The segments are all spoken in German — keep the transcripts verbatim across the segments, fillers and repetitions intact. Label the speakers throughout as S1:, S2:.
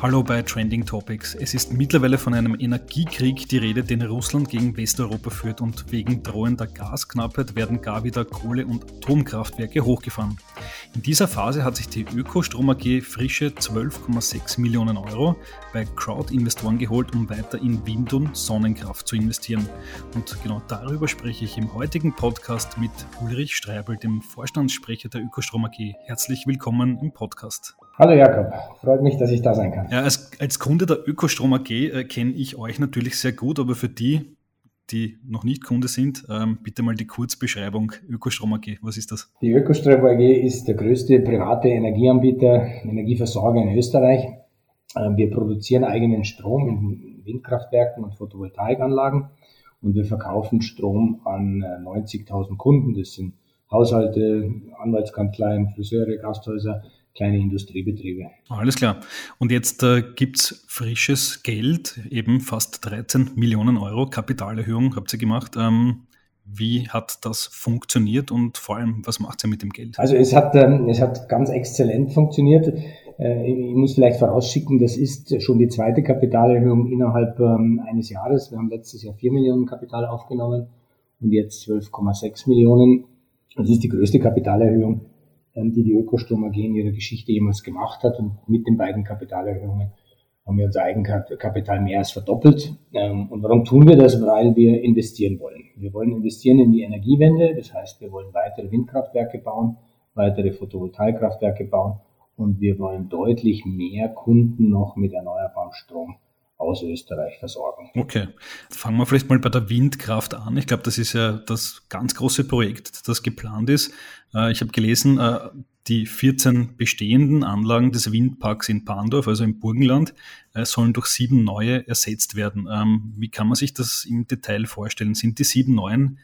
S1: Hallo bei Trending Topics. Es ist mittlerweile von einem Energiekrieg die Rede, den Russland gegen Westeuropa führt, und wegen drohender Gasknappheit werden gar wieder Kohle- und Atomkraftwerke hochgefahren. In dieser Phase hat sich die Ökostrom A G frische zwölf Komma sechs Millionen Euro bei Crowd-Investoren geholt, um weiter in Wind- und Sonnenkraft zu investieren. Und genau darüber spreche ich im heutigen Podcast mit Ulrich Streibel, dem Vorstandssprecher der Ökostrom A G. Herzlich willkommen im Podcast.
S2: Hallo Jakob, freut mich, dass ich da sein kann.
S1: Ja, als, als Kunde der Ökostrom A G äh, kenne ich euch natürlich sehr gut, aber für die, die noch nicht Kunde sind, ähm, bitte mal die Kurzbeschreibung Ökostrom A G. Was ist das?
S2: Die Ökostrom A G ist der größte private Energieanbieter, Energieversorger in Österreich. Ähm, wir produzieren eigenen Strom in Windkraftwerken und Photovoltaikanlagen und wir verkaufen Strom an äh, neunzigtausend Kunden. Das sind Haushalte, Anwaltskanzleien, Friseure, Gasthäuser, kleine Industriebetriebe.
S1: Alles klar. Und jetzt äh, gibt es frisches Geld, eben fast dreizehn Millionen Euro Kapitalerhöhung habt ihr gemacht. Ähm, wie hat das funktioniert und vor allem, was macht ihr mit dem Geld?
S2: Also es hat, ähm, es hat ganz exzellent funktioniert. Äh, ich muss vielleicht vorausschicken, das ist schon die zweite Kapitalerhöhung innerhalb ähm, eines Jahres. Wir haben letztes Jahr vier Millionen Kapital aufgenommen und jetzt zwölf Komma sechs Millionen. Das ist die größte Kapitalerhöhung, die die Ökostrom A G in ihrer Geschichte jemals gemacht hat. Und mit den beiden Kapitalerhöhungen haben wir unser Eigenkapital mehr als verdoppelt. Und warum tun wir das? Weil wir investieren wollen. Wir wollen investieren in die Energiewende. Das heißt, wir wollen weitere Windkraftwerke bauen, weitere Photovoltaikkraftwerke bauen und wir wollen deutlich mehr Kunden noch mit erneuerbarem Strom aus Österreich versorgen.
S1: Okay, fangen wir vielleicht mal bei der Windkraft an. Ich glaube, das ist ja das ganz große Projekt, das geplant ist. Ich habe gelesen, die vierzehn bestehenden Anlagen des Windparks in Parndorf, also im Burgenland, sollen durch sieben neue ersetzt werden. Wie kann man sich das im Detail vorstellen? Sind die sieben neuen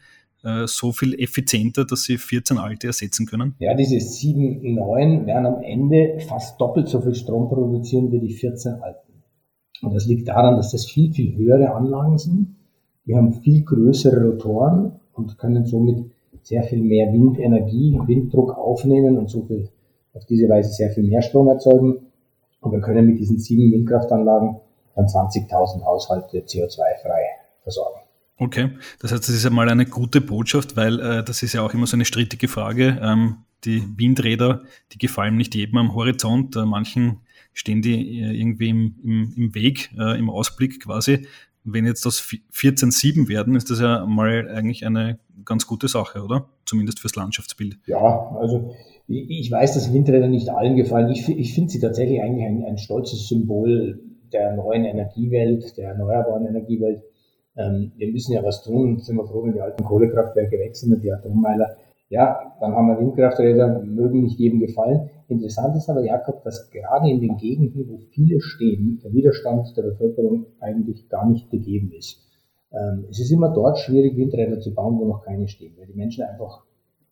S1: so viel effizienter, dass sie vierzehn alte ersetzen können?
S2: Ja, diese sieben neuen werden am Ende fast doppelt so viel Strom produzieren wie die vierzehn alten. Und das liegt daran, dass das viel, viel höhere Anlagen sind. Die haben viel größere Rotoren und können somit sehr viel mehr Windenergie, Winddruck aufnehmen und so viel, auf diese Weise sehr viel mehr Strom erzeugen. Und wir können mit diesen sieben Windkraftanlagen dann zwanzigtausend Haushalte C O zwei frei versorgen.
S1: Okay, das heißt, das ist ja mal eine gute Botschaft, weil äh, das ist ja auch immer so eine strittige Frage. Ähm, die Windräder, die gefallen nicht jedem am Horizont. Äh, manchen stehen die äh, irgendwie im, im, im Weg, äh, im Ausblick quasi. Wenn jetzt das vierzehn sieben werden, ist das ja mal eigentlich eine ganz gute Sache, oder? Zumindest fürs Landschaftsbild.
S2: Ja, also ich weiß, dass Windräder nicht allen gefallen. Ich, ich finde sie tatsächlich eigentlich ein, ein stolzes Symbol der neuen Energiewelt, der erneuerbaren Energiewelt. Ähm, wir müssen ja was tun. Sind wir froh, wenn die alten Kohlekraftwerke weg sind und die Atommeiler. Ja, dann haben wir Windkrafträder, mögen nicht jedem gefallen. Interessant ist aber, Jakob, dass gerade in den Gegenden, wo viele stehen, der Widerstand der Bevölkerung eigentlich gar nicht gegeben ist. Ähm, es ist immer dort schwierig, Windräder zu bauen, wo noch keine stehen, weil die Menschen einfach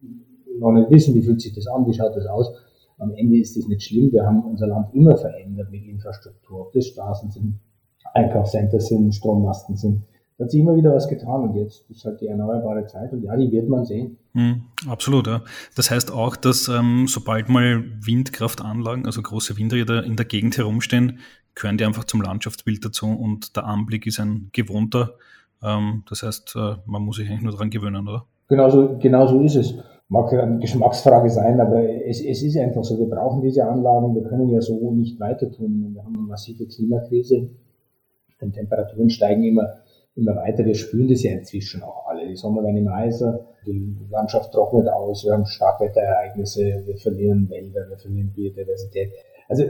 S2: noch nicht wissen, wie fühlt sich das an, wie schaut das aus. Am Ende ist das nicht schlimm. Wir haben unser Land immer verändert mit Infrastruktur, ob das Straßen sind, Einkaufscenter sind, Strommasten sind. Da hat sich immer wieder was getan und jetzt ist halt die erneuerbare Zeit und ja, die wird man sehen.
S1: Mhm, absolut, ja. Das heißt auch, dass ähm, sobald mal Windkraftanlagen, also große Windräder in der Gegend herumstehen, gehören die einfach zum Landschaftsbild dazu und der Anblick ist ein gewohnter. Ähm, das heißt, äh, man muss sich eigentlich nur daran gewöhnen, oder?
S2: Genau so, genau so ist es. Mag eine Geschmacksfrage sein, aber es, es ist einfach so. Wir brauchen diese Anlagen, wir können ja so nicht weiter tun. Wir haben eine massive Klimakrise, die Temperaturen steigen immer immer weiter. Wir spüren das ja inzwischen auch alle. Die Sommer werden immer heißer, die Landschaft trocknet aus, wir haben Starkwetterereignisse, wir verlieren Wälder, wir verlieren Biodiversität. Also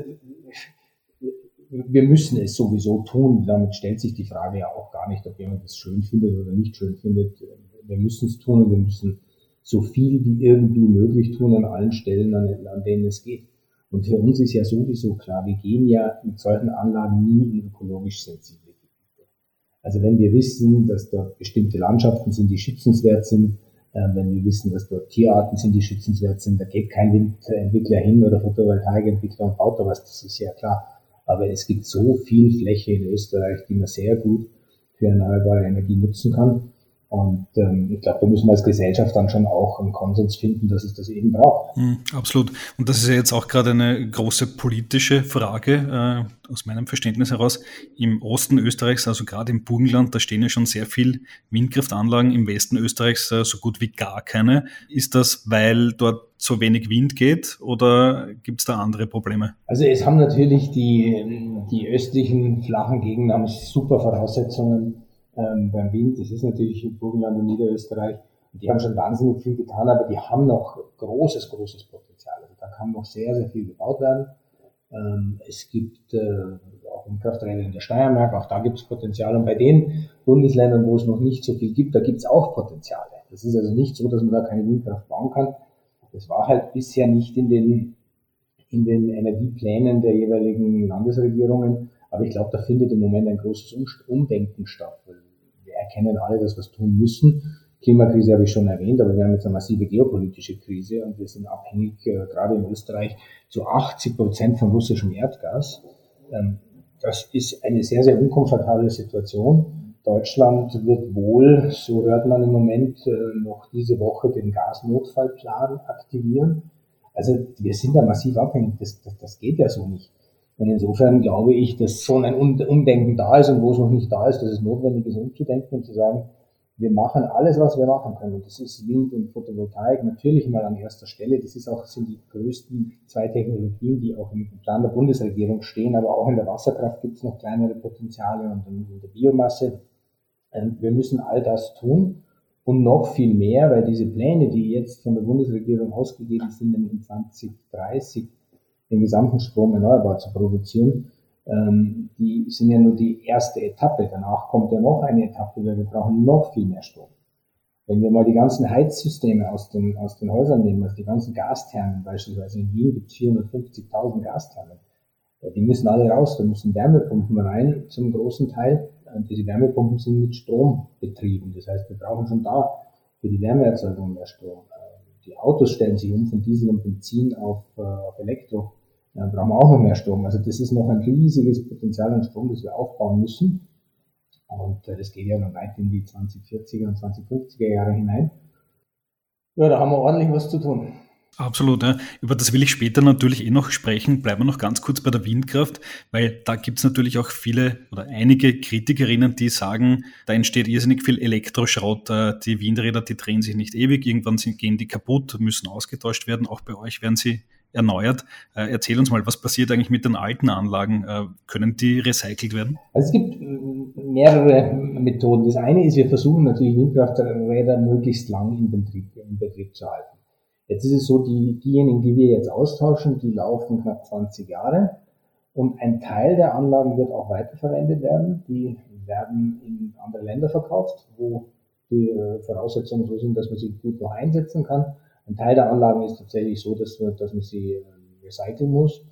S2: wir müssen es sowieso tun. Damit stellt sich die Frage ja auch gar nicht, ob jemand es schön findet oder nicht schön findet. Wir müssen es tun und wir müssen so viel wie irgendwie möglich tun an allen Stellen, an, an denen es geht. Und für uns ist ja sowieso klar, wir gehen ja mit solchen Anlagen nie in ökologisch sensible. Also wenn wir wissen, dass dort bestimmte Landschaften sind, die schützenswert sind, äh, wenn wir wissen, dass dort Tierarten sind, die schützenswert sind, da geht kein Windentwickler hin oder Photovoltaikentwickler und baut da was, das ist ja klar. Aber es gibt so viel Fläche in Österreich, die man sehr gut für erneuerbare Energie nutzen kann. Und ähm, ich glaube, da müssen wir als Gesellschaft dann schon auch einen Konsens finden, dass es das eben braucht.
S1: Mm, absolut. Und das ist ja jetzt auch gerade eine große politische Frage, äh, aus meinem Verständnis heraus. Im Osten Österreichs, also gerade im Burgenland, da stehen ja schon sehr viel Windkraftanlagen, im Westen Österreichs äh, so gut wie gar keine. Ist das, weil dort so wenig Wind geht oder gibt es da andere Probleme?
S2: Also es haben natürlich die, die östlichen flachen Gegenden haben super Voraussetzungen ähm, beim Wind. Das ist natürlich im Burgenland und Niederösterreich. Und die haben schon wahnsinnig viel getan, aber die haben noch großes, großes Potenzial. Also da kann noch sehr, sehr viel gebaut werden. Ähm, es gibt äh, auch Windkrafträder in der Steiermark, auch da gibt es Potenzial. Und bei den Bundesländern, wo es noch nicht so viel gibt, da gibt es auch Potenziale. Das ist also nicht so, dass man da keine Windkraft bauen kann. Das war halt bisher nicht in den, in den Energieplänen der jeweiligen Landesregierungen. Aber ich glaube, da findet im Moment ein großes Umdenken statt. Wir erkennen alle, dass wir es tun müssen. Klimakrise habe ich schon erwähnt, aber wir haben jetzt eine massive geopolitische Krise und wir sind abhängig, äh, gerade in Österreich, zu achtzig Prozent von russischem Erdgas. Ähm, das ist eine sehr, sehr unkomfortable Situation. Deutschland wird wohl, so hört man im Moment, äh, noch diese Woche den Gasnotfallplan aktivieren. Also wir sind da massiv abhängig. Das, das, das geht ja so nicht. Und insofern glaube ich, dass schon ein Umdenken da ist und wo es noch nicht da ist, dass es notwendig ist, umzudenken und zu sagen, wir machen alles, was wir machen können. Und das ist Wind und Photovoltaik natürlich mal an erster Stelle. Das ist auch, sind die größten zwei Technologien, die auch im Plan der Bundesregierung stehen. Aber auch in der Wasserkraft gibt es noch kleinere Potenziale und in der Biomasse. Wir müssen all das tun und noch viel mehr, weil diese Pläne, die jetzt von der Bundesregierung ausgegeben sind, in zwanzig dreißig den gesamten Strom erneuerbar zu produzieren, ähm, die sind ja nur die erste Etappe. Danach kommt ja noch eine Etappe, weil wir brauchen noch viel mehr Strom. Wenn wir mal die ganzen Heizsysteme aus den, aus den Häusern nehmen, also die ganzen Gasthermen, beispielsweise in Wien gibt es vierhundertfünfzigtausend Gasthermen, die müssen alle raus, da müssen Wärmepumpen rein zum großen Teil. Und diese Wärmepumpen sind mit Strom betrieben. Das heißt, wir brauchen schon da für die Wärmeerzeugung mehr Strom. Die Autos stellen sich um von Diesel und Benzin auf, auf Elektro. Da brauchen wir auch noch mehr Strom. Also das ist noch ein riesiges Potenzial an Strom, das wir aufbauen müssen. Und das geht ja noch weit in die zwanzig vierziger und zwanzig fünfziger Jahre hinein. Ja, da haben wir ordentlich was zu tun.
S1: Absolut, ja. Über das will ich später natürlich eh noch sprechen. Bleiben wir noch ganz kurz bei der Windkraft, weil da gibt es natürlich auch viele oder einige Kritikerinnen, die sagen, da entsteht irrsinnig viel Elektroschrott. Die Windräder, die drehen sich nicht ewig, irgendwann sind, gehen die kaputt, müssen ausgetauscht werden. Auch bei euch werden sie erneuert. Erzähl uns mal, was passiert eigentlich mit den alten Anlagen? Können die recycelt werden?
S2: Also es gibt mehrere Methoden. Das eine ist, wir versuchen natürlich Windkrafträder möglichst lang in Betrieb, in Betrieb zu halten. Jetzt ist es so, die, diejenigen, die wir jetzt austauschen, die laufen knapp zwanzig Jahre und ein Teil der Anlagen wird auch weiterverwendet werden. Die werden in andere Länder verkauft, wo die Voraussetzungen so sind, dass man sie gut noch einsetzen kann. Ein Teil der Anlagen ist tatsächlich so, dass man, dass man sie recyceln muss.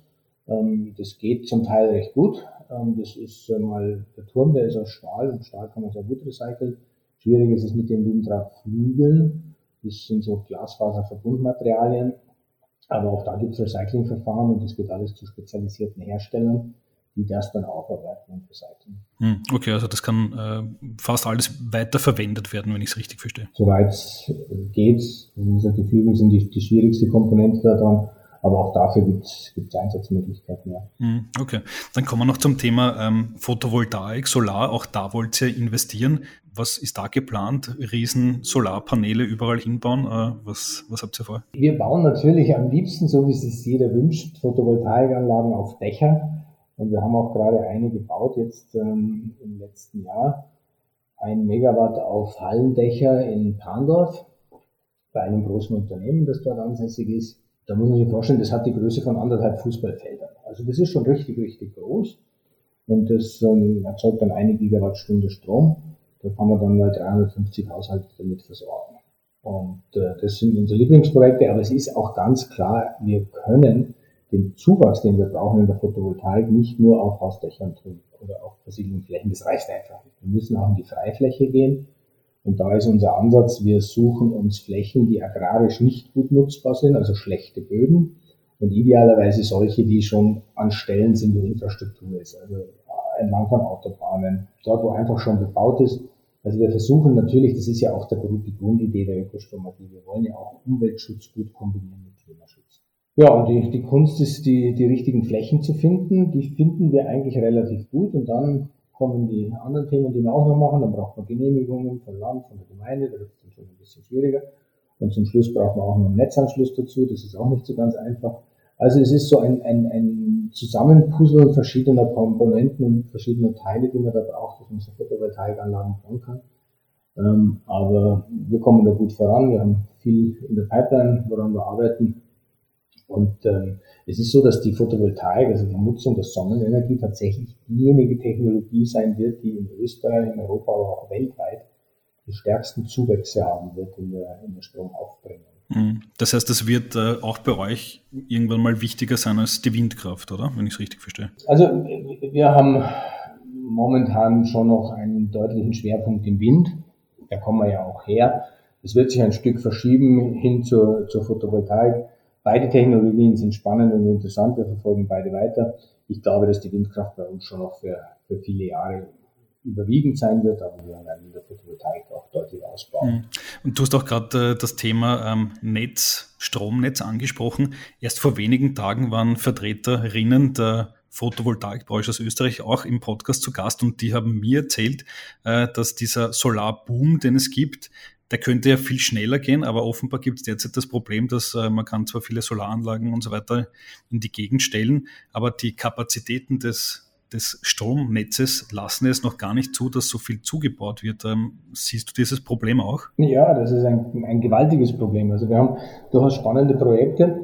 S2: Das geht zum Teil recht gut. Das ist mal der Turm, der ist aus Stahl und Stahl kann man sehr gut recyceln. Schwierig ist es mit den Windradflügeln. Das sind so Glasfaserverbundmaterialien, aber auch da gibt es Recyclingverfahren und das geht alles zu spezialisierten Herstellern, die das dann aufarbeiten und recyceln.
S1: Okay, also das kann äh, fast alles weiterverwendet werden, wenn ich es richtig verstehe.
S2: Soweit es geht. Wie gesagt, die Flügel sind die, die schwierigste Komponente daran. Aber auch dafür gibt es Einsatzmöglichkeiten. Ja.
S1: Okay, dann kommen wir noch zum Thema ähm, Photovoltaik, Solar. Auch da wollt ihr investieren. Was ist da geplant? Riesen Solarpaneele überall hinbauen? Äh, was, was habt ihr vor?
S2: Wir bauen natürlich am liebsten, so wie es sich jeder wünscht, Photovoltaikanlagen auf Dächer. Und wir haben auch gerade eine gebaut jetzt ähm, im letzten Jahr. Ein Megawatt auf Hallendächer in Parndorf bei einem großen Unternehmen, das dort ansässig ist. Da muss man sich vorstellen, das hat die Größe von anderthalb Fußballfeldern. Also das ist schon richtig, richtig groß. Und das ähm, erzeugt dann eine Gigawattstunde Strom. Da kann man dann mal dreihundertfünfzig Haushalte damit versorgen. Und äh, das sind unsere Lieblingsprojekte, aber es ist auch ganz klar, wir können den Zuwachs, den wir brauchen in der Photovoltaik, nicht nur auf Hausdächern tun oder auf versiegelten Flächen. Das reicht einfach nicht. Wir müssen auch in die Freifläche gehen. Und da ist unser Ansatz, wir suchen uns Flächen, die agrarisch nicht gut nutzbar sind, also schlechte Böden und idealerweise solche, die schon an Stellen sind, wo Infrastruktur ist, also entlang von Autobahnen, dort, wo einfach schon bebaut ist. Also wir versuchen natürlich, das ist ja auch der, die Grundidee der Ökostrom A G, wir wollen ja auch Umweltschutz gut kombinieren mit Klimaschutz. Ja, und die, die Kunst ist, die, die richtigen Flächen zu finden. Die finden wir eigentlich relativ gut. Und dann kommen die anderen Themen, die wir auch noch machen. Dann braucht man Genehmigungen von Land, von der Gemeinde. Da wird es dann schon ein bisschen schwieriger. Und zum Schluss braucht man auch noch einen Netzanschluss dazu. Das ist auch nicht so ganz einfach. Also es ist so ein, ein, ein Zusammenpuzzeln verschiedener Komponenten und verschiedener Teile, die man da braucht, dass man so Photovoltaikanlagen bauen kann. Ähm, aber wir kommen da gut voran. Wir haben viel in der Pipeline, woran wir arbeiten. Und ähm, es ist so, dass die Photovoltaik, also die Nutzung der Sonnenenergie, tatsächlich diejenige Technologie sein wird, die in Österreich, in Europa, aber auch weltweit die stärksten Zuwächse haben wird in der, in der Stromaufbringung.
S1: Das heißt, das wird äh, auch bei euch irgendwann mal wichtiger sein als die Windkraft, oder? Wenn ich es richtig verstehe.
S2: Also wir haben momentan schon noch einen deutlichen Schwerpunkt im Wind. Da kommen wir ja auch her. Es wird sich ein Stück verschieben hin zur, zur Photovoltaik. Beide Technologien sind spannend und interessant, wir verfolgen beide weiter. Ich glaube, dass die Windkraft bei uns schon noch für, für viele Jahre überwiegend sein wird, aber wir werden in der Photovoltaik auch deutlich ausbauen.
S1: Und du hast auch gerade äh, das Thema ähm, Netz, Stromnetz angesprochen. Erst vor wenigen Tagen waren Vertreterinnen der Photovoltaikbranche aus Österreich auch im Podcast zu Gast und die haben mir erzählt, äh, dass dieser Solarboom, den es gibt, der könnte ja viel schneller gehen, aber offenbar gibt es derzeit das Problem, dass äh, man kann zwar viele Solaranlagen und so weiter in die Gegend stellen, aber die Kapazitäten des, des Stromnetzes lassen es noch gar nicht zu, dass so viel zugebaut wird. Ähm, siehst du dieses Problem auch?
S2: Ja, das ist ein, ein gewaltiges Problem. Also wir haben durchaus spannende Projekte,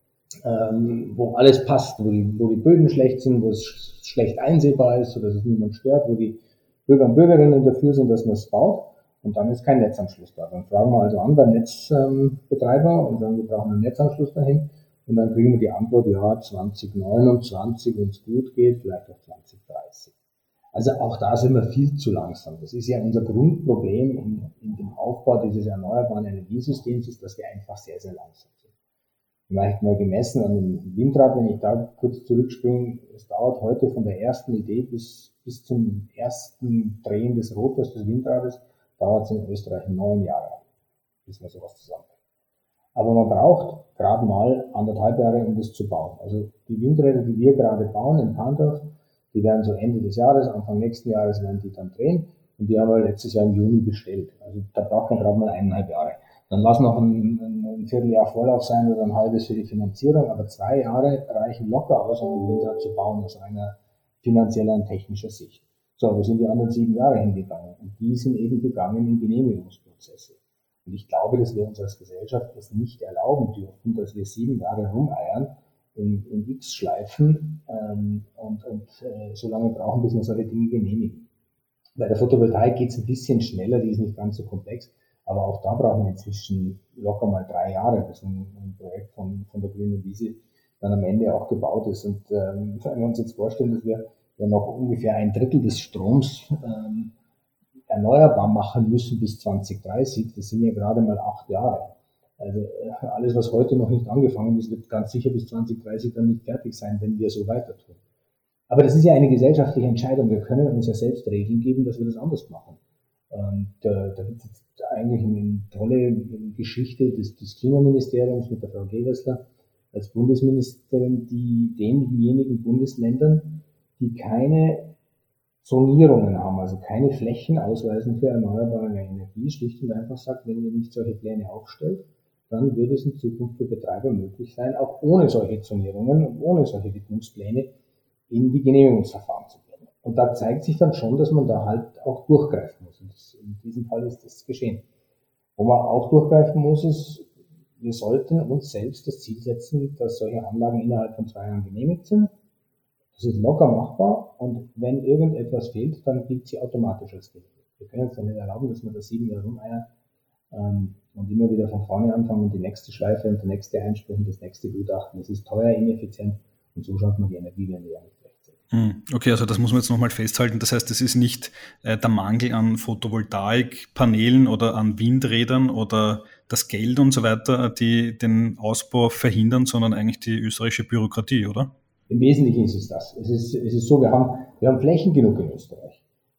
S2: ähm, wo alles passt, wo die, wo die Böden schlecht sind, wo es sch- schlecht einsehbar ist, sodass es niemand stört, wo die Bürger und Bürgerinnen dafür sind, dass man es baut. Und dann ist kein Netzanschluss da. Dann fragen wir also an beim Netzbetreiber und sagen, wir brauchen einen Netzanschluss dahin. Und dann kriegen wir die Antwort, ja, zwanzig neunundzwanzig, wenn es gut geht, vielleicht auch zwanzig dreißig. Also auch da sind wir viel zu langsam. Das ist ja unser Grundproblem in, in dem Aufbau dieses erneuerbaren Energiesystems, ist, dass wir einfach sehr, sehr langsam sind. Vielleicht mal gemessen an dem Windrad, wenn ich da kurz zurückspringe, es dauert heute von der ersten Idee bis, bis zum ersten Drehen des Rotors des Windrades, dauert es in Österreich neun Jahre, bis man sowas zusammenbringt. Aber man braucht gerade mal anderthalb Jahre, um das zu bauen. Also die Windräder, die wir gerade bauen in Pandorf, die werden so Ende des Jahres, Anfang nächsten Jahres werden die dann drehen. Und die haben wir letztes Jahr im Juni bestellt. Also da braucht man gerade mal eineinhalb Jahre. Dann lass noch ein, ein, ein Vierteljahr Vorlauf sein oder ein halbes für die Finanzierung. Aber zwei Jahre reichen locker aus, um ein Windrad zu bauen, aus einer finanzieller und technischer Sicht. So, wo sind die anderen sieben Jahre hingegangen? Und die sind eben gegangen in Genehmigungsprozesse. Und ich glaube, dass wir uns als Gesellschaft es nicht erlauben dürfen, dass wir sieben Jahre rumeiern in, in X-Schleifen ähm, und, und äh, so lange brauchen, bis wir solche Dinge genehmigen. Bei der Photovoltaik geht es ein bisschen schneller, die ist nicht ganz so komplex, aber auch da brauchen wir inzwischen locker mal drei Jahre, bis ein, ein Projekt von, von der Grünen Wiese dann am Ende auch gebaut ist. Und ähm, wenn wir uns jetzt vorstellen, dass wir ja noch ungefähr ein Drittel des Stroms ähm, erneuerbar machen müssen bis zwanzig dreißig, das sind ja gerade mal acht Jahre. Also äh, alles, was heute noch nicht angefangen ist, wird ganz sicher bis zwanzig dreißig dann nicht fertig sein, wenn wir so weiter tun. Aber das ist ja eine gesellschaftliche Entscheidung. Wir können uns ja selbst Regeln geben, dass wir das anders machen. Und äh, da gibt es eigentlich eine tolle Geschichte des, des Klimaministeriums mit der Frau Gewessler als Bundesministerin, die denjenigen Bundesländern, die keine Zonierungen haben, also keine Flächen ausweisen für erneuerbare Energie, schlicht und einfach sagt, wenn ihr nicht solche Pläne aufstellt, dann würde es in Zukunft für Betreiber möglich sein, auch ohne solche Zonierungen und ohne solche Widmungspläne in die Genehmigungsverfahren zu gehen. Und da zeigt sich dann schon, dass man da halt auch durchgreifen muss. Und das, in diesem Fall ist das geschehen. Wo man auch durchgreifen muss, ist, wir sollten uns selbst das Ziel setzen, dass solche Anlagen innerhalb von zwei Jahren genehmigt sind. Das ist locker machbar und wenn irgendetwas fehlt, dann gilt sie automatisch als Fehler. Wir können uns dann nicht erlauben, dass wir da sieben Jahre rumeiern ähm, und immer wieder von vorne anfangen und die nächste Schleife und der nächste Einspruch und das nächste Gutachten. Das ist teuer, ineffizient und so schafft man die Energiewende ja nicht rechtzeitig.
S1: Okay, also das muss man jetzt nochmal festhalten. Das heißt, es ist nicht äh, der Mangel an Photovoltaikpanelen oder an Windrädern oder das Geld und so weiter, die den Ausbau verhindern, sondern eigentlich die österreichische Bürokratie, oder?
S2: Im Wesentlichen ist es das. Es ist, es ist so, wir haben, wir haben Flächen genug in Österreich.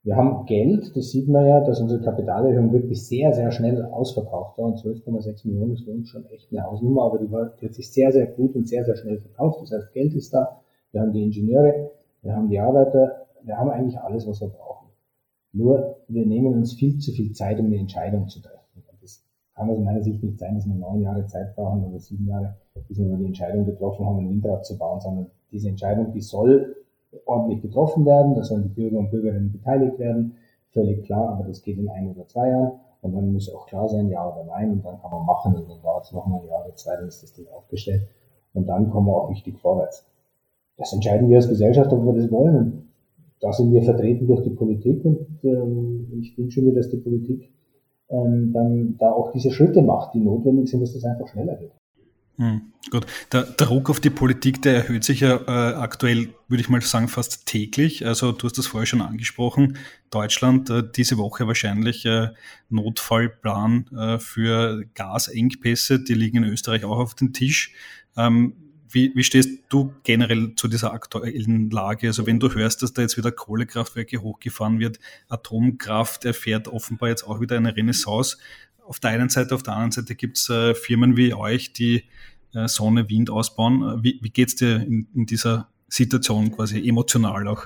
S2: Wir haben Geld, das sieht man ja, dass unsere Kapitalerhöhung wirklich sehr, sehr schnell ausverkauft war und zwölf Komma sechs Millionen ist für uns schon echt eine Hausnummer, aber die, war, die hat sich sehr, sehr gut und sehr, sehr schnell verkauft. Das heißt, Geld ist da, wir haben die Ingenieure, wir haben die Arbeiter, wir haben eigentlich alles, was wir brauchen. Nur, wir nehmen uns viel zu viel Zeit, um eine Entscheidung zu treffen. Und das kann aus meiner Sicht nicht sein, dass wir neun Jahre Zeit brauchen oder sieben Jahre, bis wir die Entscheidung getroffen haben, ein Windrad zu bauen, sondern diese Entscheidung, die soll ordentlich getroffen werden, da sollen die Bürger und Bürgerinnen beteiligt werden, völlig klar, aber das geht in ein oder zwei Jahren und dann muss auch klar sein, ja oder nein und dann kann man machen und dann dauert es noch mal ein Jahr oder zwei, dann ist das Ding aufgestellt und dann kommen wir auch richtig vorwärts. Das entscheiden wir als Gesellschaft, ob wir das wollen und da sind wir vertreten durch die Politik und ähm, ich wünsche mir, dass die Politik ähm, dann da auch diese Schritte macht, die notwendig sind, dass das einfach schneller geht.
S1: Hm, gut. Der Druck auf die Politik, der erhöht sich ja äh, aktuell, würde ich mal sagen, fast täglich. Also du hast das vorher schon angesprochen. Deutschland äh, diese Woche wahrscheinlich äh, Notfallplan äh, für Gasengpässe, die liegen in Österreich auch auf dem Tisch. Ähm, wie, wie stehst du generell zu dieser aktuellen Lage? Also wenn du hörst, dass da jetzt wieder Kohlekraftwerke hochgefahren wird, Atomkraft erfährt offenbar jetzt auch wieder eine Renaissance. Auf der einen Seite, auf der anderen Seite gibt es äh, Firmen wie euch, die äh, Sonne, Wind ausbauen. Wie, wie geht's dir in, in dieser Situation quasi emotional auch?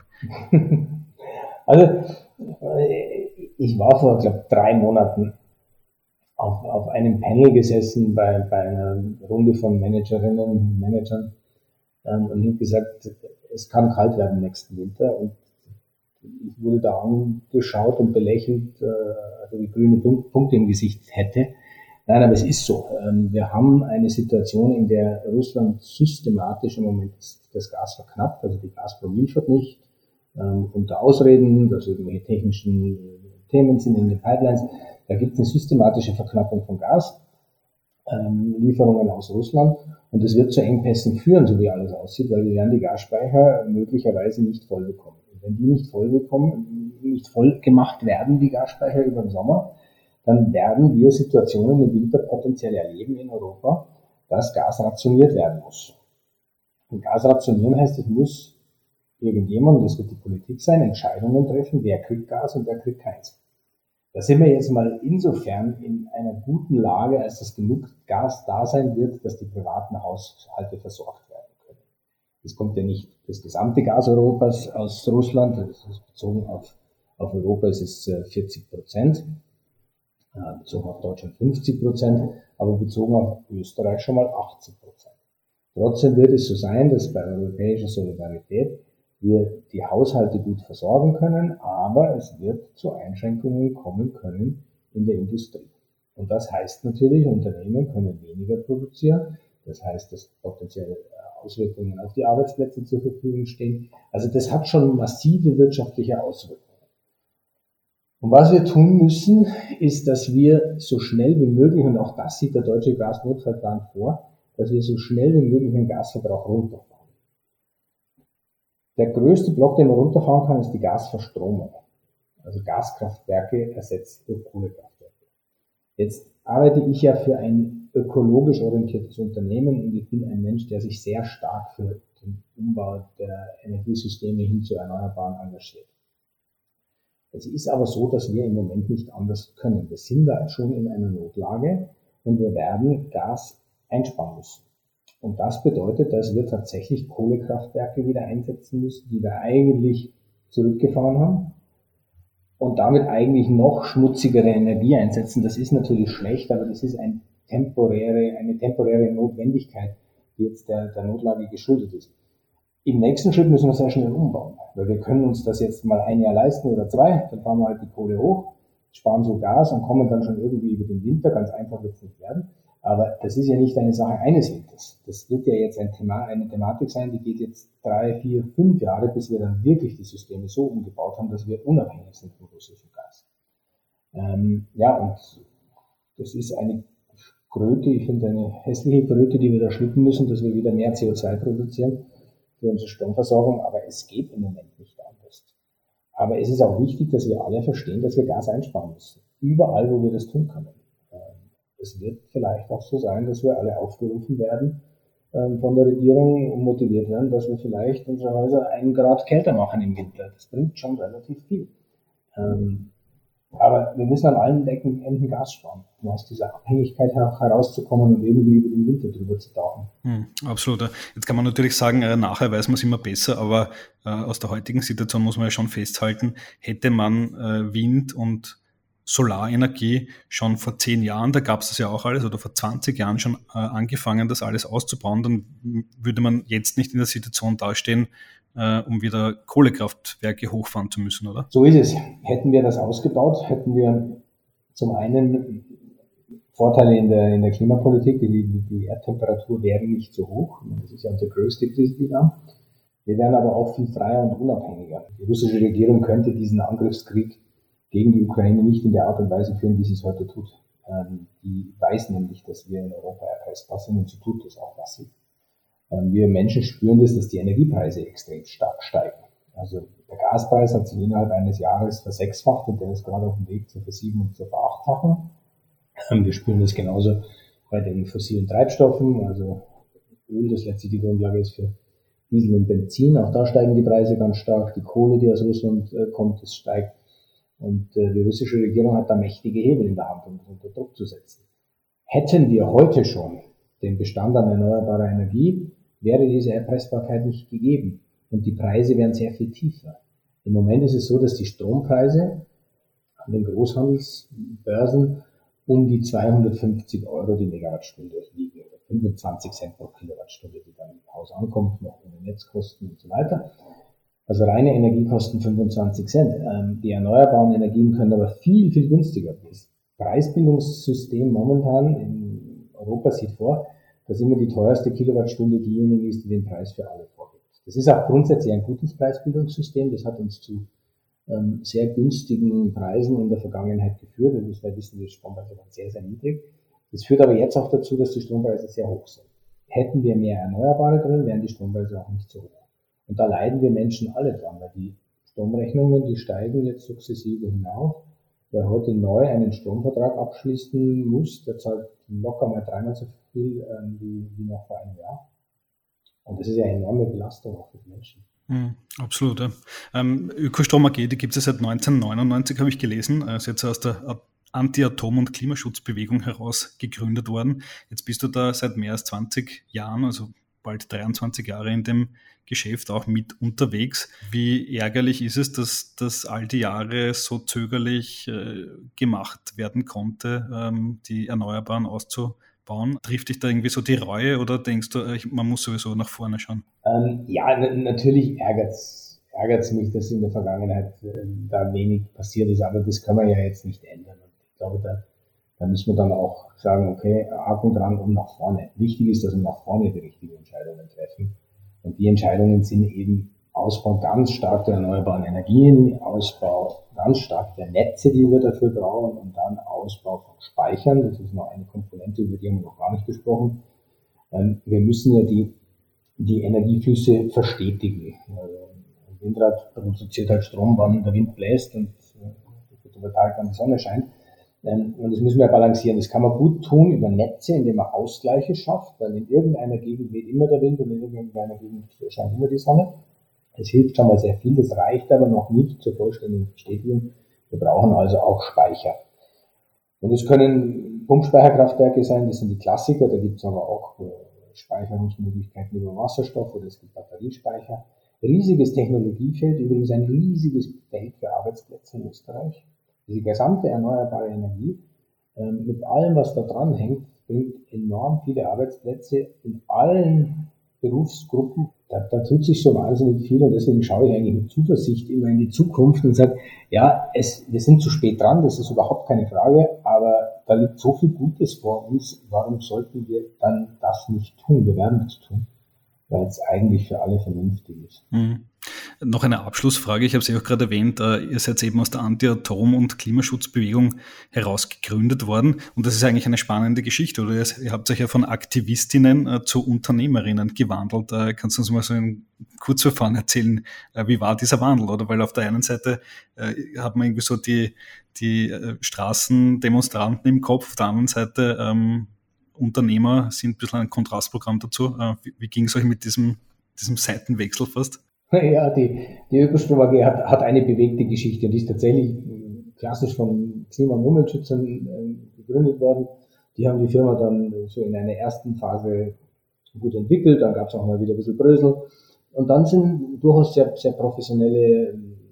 S2: Also ich war vor, glaube drei Monaten auf, auf einem Panel gesessen bei, bei einer Runde von Managerinnen und Managern ähm, und habe gesagt, es kann kalt werden nächsten Winter und ich wurde da angeschaut und belächelt, äh, also die grüne Punkte im Gesicht hätte. Nein, aber es ist so. Ähm, wir haben eine Situation, in der Russland systematisch im Moment das Gas verknappt, also die Gazprom liefert nicht, ähm, unter Ausreden, dass irgendwelche technischen Themen sind in den Pipelines. Da gibt es eine systematische Verknappung von Gas, ähm, Lieferungen aus Russland und das wird zu Engpässen führen, so wie alles aussieht, weil wir werden die Gasspeicher möglicherweise nicht voll bekommen. Wenn die nicht voll bekommen, nicht voll gemacht werden, die Gasspeicher über den Sommer, dann werden wir Situationen im Winter potenziell erleben in Europa, dass Gas rationiert werden muss. Und Gas rationieren heißt, es muss irgendjemand, das wird die Politik sein, Entscheidungen treffen, wer kriegt Gas und wer kriegt keins. Da sind wir jetzt mal insofern in einer guten Lage, als dass genug Gas da sein wird, dass die privaten Haushalte versorgt werden können. Es kommt ja nicht das gesamte Gas Europas aus Russland, das ist bezogen auf, auf Europa ist es vierzig Prozent, bezogen auf Deutschland fünfzig Prozent, aber bezogen auf Österreich schon mal achtzig Prozent. Trotzdem wird es so sein, dass bei europäischer Solidarität wir die Haushalte gut versorgen können, aber es wird zu Einschränkungen kommen können in der Industrie. Und das heißt natürlich, Unternehmen können weniger produzieren, das heißt, dass potenzielle Auswirkungen auf die Arbeitsplätze zur Verfügung stehen. Also das hat schon massive wirtschaftliche Auswirkungen. Und was wir tun müssen, ist, dass wir so schnell wie möglich, und auch das sieht der deutsche Gasnotfallplan vor, dass wir so schnell wie möglich den Gasverbrauch runterfahren. Der größte Block, den man runterfahren kann, ist die Gasverstromung. Also Gaskraftwerke ersetzt durch Kohlekraftwerke. Jetzt arbeite ich ja für ein ökologisch orientiertes Unternehmen und ich bin ein Mensch, der sich sehr stark für den Umbau der Energiesysteme hin zu Erneuerbaren engagiert. Es ist aber so, dass wir im Moment nicht anders können. Wir sind da schon in einer Notlage und wir werden Gas einsparen müssen. Und das bedeutet, dass wir tatsächlich Kohlekraftwerke wieder einsetzen müssen, die wir eigentlich zurückgefahren haben und damit eigentlich noch schmutzigere Energie einsetzen. Das ist natürlich schlecht, aber das ist ein temporäre, eine temporäre Notwendigkeit, die jetzt der, der Notlage geschuldet ist. Im nächsten Schritt müssen wir sehr schnell umbauen, weil wir können uns das jetzt mal ein Jahr leisten oder zwei, dann fahren wir halt die Kohle hoch, sparen so Gas und kommen dann schon irgendwie über den Winter, ganz einfach wird es nicht werden. Aber das ist ja nicht eine Sache eines Winters. Das wird ja jetzt ein Thema, eine Thematik sein, die geht jetzt drei, vier, fünf Jahre, bis wir dann wirklich die Systeme so umgebaut haben, dass wir unabhängig sind von russischem Gas. Ähm, ja, und das ist eine Kröte, ich finde eine hässliche Kröte, die wir da schlucken müssen, dass wir wieder mehr C O zwei produzieren für unsere Stromversorgung, aber es geht im Moment nicht anders. Aber es ist auch wichtig, dass wir alle verstehen, dass wir Gas einsparen müssen. Überall, wo wir das tun können. Es wird vielleicht auch so sein, dass wir alle aufgerufen werden ähm, von der Regierung und motiviert werden, dass wir vielleicht unsere Häuser einen Grad kälter machen im Winter. Das bringt schon relativ viel. Ähm, aber wir müssen an allen Ecken Enden Gas sparen, um aus dieser Abhängigkeit herauszukommen und irgendwie über den Winter drüber zu tauchen.
S1: Hm, absolut. Jetzt kann man natürlich sagen, äh, nachher weiß man es immer besser, aber äh, aus der heutigen Situation muss man ja schon festhalten, hätte man äh, Wind und Solarenergie schon vor zehn Jahren, da gab es das ja auch alles, oder vor zwanzig Jahren schon äh, angefangen, das alles auszubauen, dann würde man jetzt nicht in der Situation dastehen, äh, um wieder Kohlekraftwerke hochfahren zu müssen, oder?
S2: So ist es. Hätten wir das ausgebaut, hätten wir zum einen Vorteile in der, in der Klimapolitik, die, die, die Erdtemperatur wäre nicht so hoch. Das ist ja unsere größte Krise, die wir haben. Wir wären aber auch viel freier und unabhängiger. Die russische Regierung könnte diesen Angriffskrieg gegen die Ukraine nicht in der Art und Weise führen, wie sie es heute tut. Ähm, die weiß nämlich, dass wir in Europa erpressbar sind und sie tut das auch massiv. Ähm, wir Menschen spüren das, dass die Energiepreise extrem stark steigen. Also der Gaspreis hat sich innerhalb eines Jahres versechsfacht und der ist gerade auf dem Weg zur Versieben- und zur Verachtfachung. Ähm, wir spüren das genauso bei den fossilen Treibstoffen, also Öl, das letztlich die Grundlage ist für Diesel und Benzin. Auch da steigen die Preise ganz stark. Die Kohle, die aus Russland äh, kommt, das steigt. Und äh, die russische Regierung hat da mächtige Hebel in der Hand, um unter Druck zu setzen. Hätten wir heute schon den Bestand an erneuerbarer Energie, wäre diese Erpressbarkeit nicht gegeben. Und die Preise wären sehr viel tiefer. Im Moment ist es so, dass die Strompreise an den Großhandelsbörsen um die zweihundertfünfzig Euro die Megawattstunde liegen. Oder fünfundzwanzig Cent pro Kilowattstunde, die dann im Haus ankommt, noch ohne Netzkosten und so weiter. Also reine Energie kosten fünfundzwanzig Cent. Ähm, die erneuerbaren Energien können aber viel, viel günstiger. Das Preisbildungssystem momentan in Europa sieht vor, dass immer die teuerste Kilowattstunde diejenige ist, die den Preis für alle vorgibt. Das ist auch grundsätzlich ein gutes Preisbildungssystem. Das hat uns zu ähm, sehr günstigen Preisen in der Vergangenheit geführt. Wir müssen ja wissen, die Strompreise waren sehr, sehr niedrig. Das führt aber jetzt auch dazu, dass die Strompreise sehr hoch sind. Hätten wir mehr Erneuerbare drin, wären die Strompreise auch nicht so hoch. Und da leiden wir Menschen alle dran, weil die Stromrechnungen, die steigen jetzt sukzessive hinauf. Wer heute neu einen Stromvertrag abschließen muss, der zahlt locker mal dreimal so viel ähm, wie, wie noch vor einem Jahr. Und das ist ja eine enorme Belastung auch für die Menschen.
S1: Mm, absolut. Ja. Ähm, Ökostrom A G, die gibt es ja seit neunzehnhundertneunundneunzig, habe ich gelesen. Also jetzt aus der Anti-Atom- und Klimaschutzbewegung heraus gegründet worden. Jetzt bist du da seit mehr als zwanzig Jahren, also bald dreiundzwanzig Jahre in dem Geschäft auch mit unterwegs. Wie ärgerlich ist es, dass das all die Jahre so zögerlich äh, gemacht werden konnte, ähm, die Erneuerbaren auszubauen? Trifft dich da irgendwie so die Reue oder denkst du, äh, man muss sowieso nach vorne schauen?
S2: Ähm, ja, n- natürlich ärgert es mich, dass in der Vergangenheit äh, da wenig passiert ist, aber das kann man ja jetzt nicht ändern. Und ich glaube, da, da müssen wir dann auch sagen, okay, Haken dran und nach vorne. Wichtig ist, dass wir nach vorne die richtigen Entscheidungen treffen. Und die Entscheidungen sind eben Ausbau ganz stark der erneuerbaren Energien, Ausbau ganz stark der Netze, die wir dafür brauchen, und dann Ausbau von Speichern. Das ist noch eine Komponente, über die haben wir noch gar nicht gesprochen. Wir müssen ja die, die Energieflüsse verstetigen. Ein Windrad produziert halt Strom, wann der Wind bläst und die Photovoltaik an die Sonne scheint. Und das müssen wir balancieren. Das kann man gut tun über Netze, indem man Ausgleiche schafft, weil in irgendeiner Gegend weht immer der Wind und in irgendeiner Gegend scheint immer die Sonne. Das hilft schon mal sehr viel, das reicht aber noch nicht zur vollständigen Verstetigung. Wir brauchen also auch Speicher. Und es können Pumpspeicherkraftwerke sein, das sind die Klassiker, da gibt es aber auch Speicherungsmöglichkeiten über Wasserstoff oder es gibt Batteriespeicher. Riesiges Technologiefeld, übrigens ein riesiges Feld für Arbeitsplätze in Österreich. Diese gesamte erneuerbare Energie, ähm, mit allem, was da dran hängt, bringt enorm viele Arbeitsplätze in allen Berufsgruppen. Da, da tut sich so wahnsinnig viel und deswegen schaue ich eigentlich mit Zuversicht immer in die Zukunft und sage, ja, es, wir sind zu spät dran, das ist überhaupt keine Frage, aber da liegt so viel Gutes vor uns, warum sollten wir dann das nicht tun? Wir werden das tun, weil es eigentlich für alle vernünftig ist.
S1: Mhm. Noch eine Abschlussfrage. Ich habe es ja auch gerade erwähnt, ihr seid eben aus der Anti-Atom- und Klimaschutzbewegung heraus gegründet worden. Und das ist eigentlich eine spannende Geschichte. Oder ihr habt euch ja von Aktivistinnen zu Unternehmerinnen gewandelt. Kannst du uns mal so ein Kurzverfahren erzählen, wie war dieser Wandel? Oder weil auf der einen Seite hat man irgendwie so die, die Straßendemonstranten im Kopf, auf der anderen Seite ähm, Unternehmer sind ein bisschen ein Kontrastprogramm dazu. Wie, wie ging es euch mit diesem, diesem Seitenwechsel fast?
S2: Ja, die, die Ökostrom A G hat, hat eine bewegte Geschichte und die ist tatsächlich klassisch von Klima- und Umweltschützern äh, gegründet worden. Die haben die Firma dann so in einer ersten Phase gut entwickelt, dann gab es auch mal wieder ein bisschen Brösel. Und dann sind durchaus sehr, sehr professionelle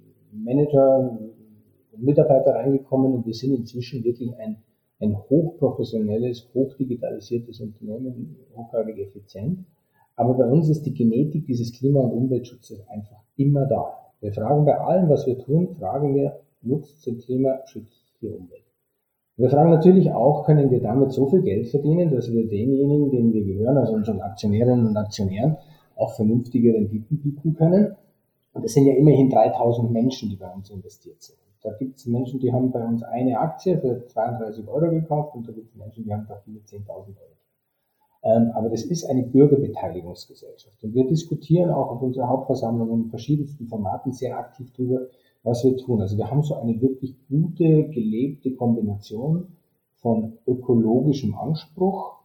S2: Manager und Mitarbeiter reingekommen und wir sind inzwischen wirklich ein, ein hochprofessionelles, hochdigitalisiertes Unternehmen, hochgradig effizient. Aber bei uns ist die Genetik dieses Klima- und Umweltschutzes einfach immer da. Wir fragen bei allem, was wir tun, fragen wir, nutzt den Klima, schützt die Umwelt. Wir fragen natürlich auch, können wir damit so viel Geld verdienen, dass wir denjenigen, denen wir gehören, also unseren Aktionärinnen und Aktionären, auch vernünftige Renditen bieten können. Und das sind ja immerhin dreitausend Menschen, die bei uns investiert sind. Da gibt es Menschen, die haben bei uns eine Aktie für zweiunddreißig Euro gekauft und da gibt es Menschen, die haben dafür zehntausend Euro. Ähm, aber das ist eine Bürgerbeteiligungsgesellschaft. Und wir diskutieren auch auf unserer Hauptversammlung in verschiedensten Formaten sehr aktiv darüber, was wir tun. Also wir haben so eine wirklich gute, gelebte Kombination von ökologischem Anspruch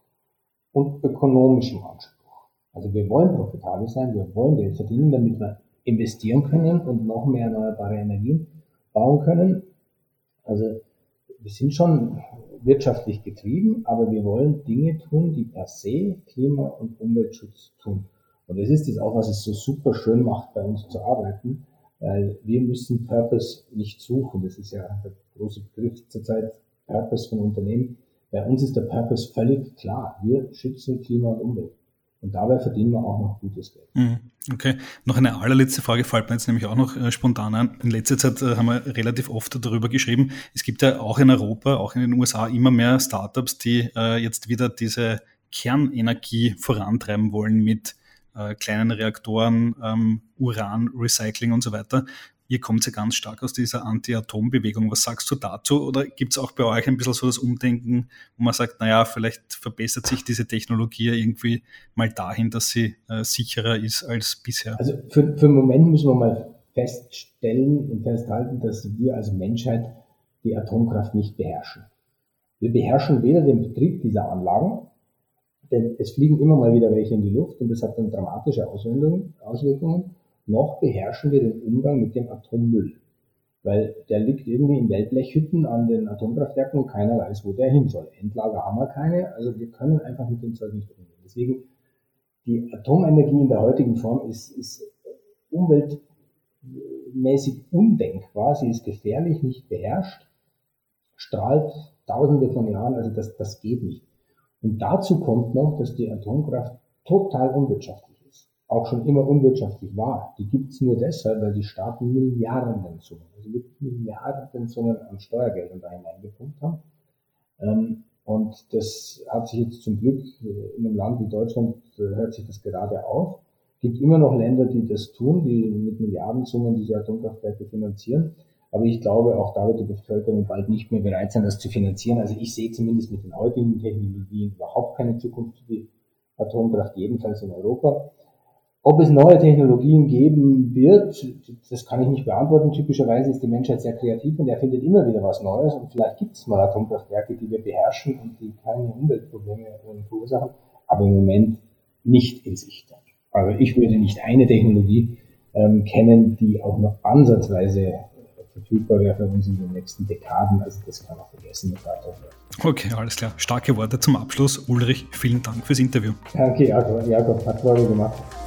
S2: und ökonomischem Anspruch. Also wir wollen profitabel sein, wir wollen Geld verdienen, damit wir investieren können und noch mehr erneuerbare Energien bauen können. Also wir sind schon wirtschaftlich getrieben, aber wir wollen Dinge tun, die per se Klima- und Umweltschutz tun. Und das ist das auch, was es so super schön macht, bei uns zu arbeiten, weil wir müssen Purpose nicht suchen. Das ist ja der große Begriff zurzeit, Purpose von Unternehmen. Bei uns ist der Purpose völlig klar. Wir schützen Klima und Umwelt. Und dabei verdienen wir auch noch gutes Geld.
S1: Okay. Noch eine allerletzte Frage fällt mir jetzt nämlich auch noch äh, spontan ein. In letzter Zeit äh, haben wir relativ oft darüber geschrieben. Es gibt ja auch in Europa, auch in den U S A immer mehr Startups, die äh, jetzt wieder diese Kernenergie vorantreiben wollen mit äh, kleinen Reaktoren, ähm, Uran-Recycling und so weiter. Ihr kommt ja ganz stark aus dieser Anti-Atom-Bewegung. Was sagst du dazu? Oder gibt es auch bei euch ein bisschen so das Umdenken, wo man sagt, naja, vielleicht verbessert sich diese Technologie irgendwie mal dahin, dass sie äh, sicherer ist als bisher?
S2: Also für, für den Moment müssen wir mal feststellen und festhalten, dass wir als Menschheit die Atomkraft nicht beherrschen. Wir beherrschen weder den Betrieb dieser Anlagen, denn es fliegen immer mal wieder welche in die Luft und das hat dann dramatische Auswirkungen, Auswirkungen. Noch beherrschen wir den Umgang mit dem Atommüll, weil der liegt irgendwie in Wellblechhütten an den Atomkraftwerken und keiner weiß, wo der hin soll. Endlager haben wir keine, also wir können einfach mit dem Zeug nicht umgehen. Deswegen, die Atomenergie in der heutigen Form ist, ist umweltmäßig undenkbar, sie ist gefährlich, nicht beherrscht, strahlt tausende von Jahren, also das, das geht nicht. Und dazu kommt noch, dass die Atomkraft total unwirtschaftlich ist. Auch schon immer unwirtschaftlich war. Die gibt es nur deshalb, weil die Staaten Milliardensummen, also wirklich Milliardensummen an Steuergeldern da hineingepumpt haben. Und das hat sich jetzt zum Glück in einem Land wie Deutschland, hört sich das gerade auf. Es gibt immer noch Länder, die das tun, die mit Milliardensummen diese Atomkraftwerke finanzieren. Aber ich glaube, auch da wird die Bevölkerung bald nicht mehr bereit sein, das zu finanzieren. Also ich sehe zumindest mit den heutigen Technologien überhaupt keine Zukunft für die Atomkraft, jedenfalls in Europa. Ob es neue Technologien geben wird, das kann ich nicht beantworten. Typischerweise ist die Menschheit sehr kreativ und erfindet immer wieder was Neues. Und vielleicht gibt es mal Atomkraftwerke, die wir beherrschen und die keine Umweltprobleme verursachen, aber im Moment nicht in Sicht. Also ich würde nicht eine Technologie ähm, kennen, die auch noch ansatzweise verfügbar wäre für uns in den nächsten Dekaden. Also das kann man vergessen mit der Atomkraft.
S1: Okay, alles klar. Starke Worte zum Abschluss. Ulrich, vielen Dank fürs Interview.
S2: Danke, Jakob. Jakob, hat Freude gemacht.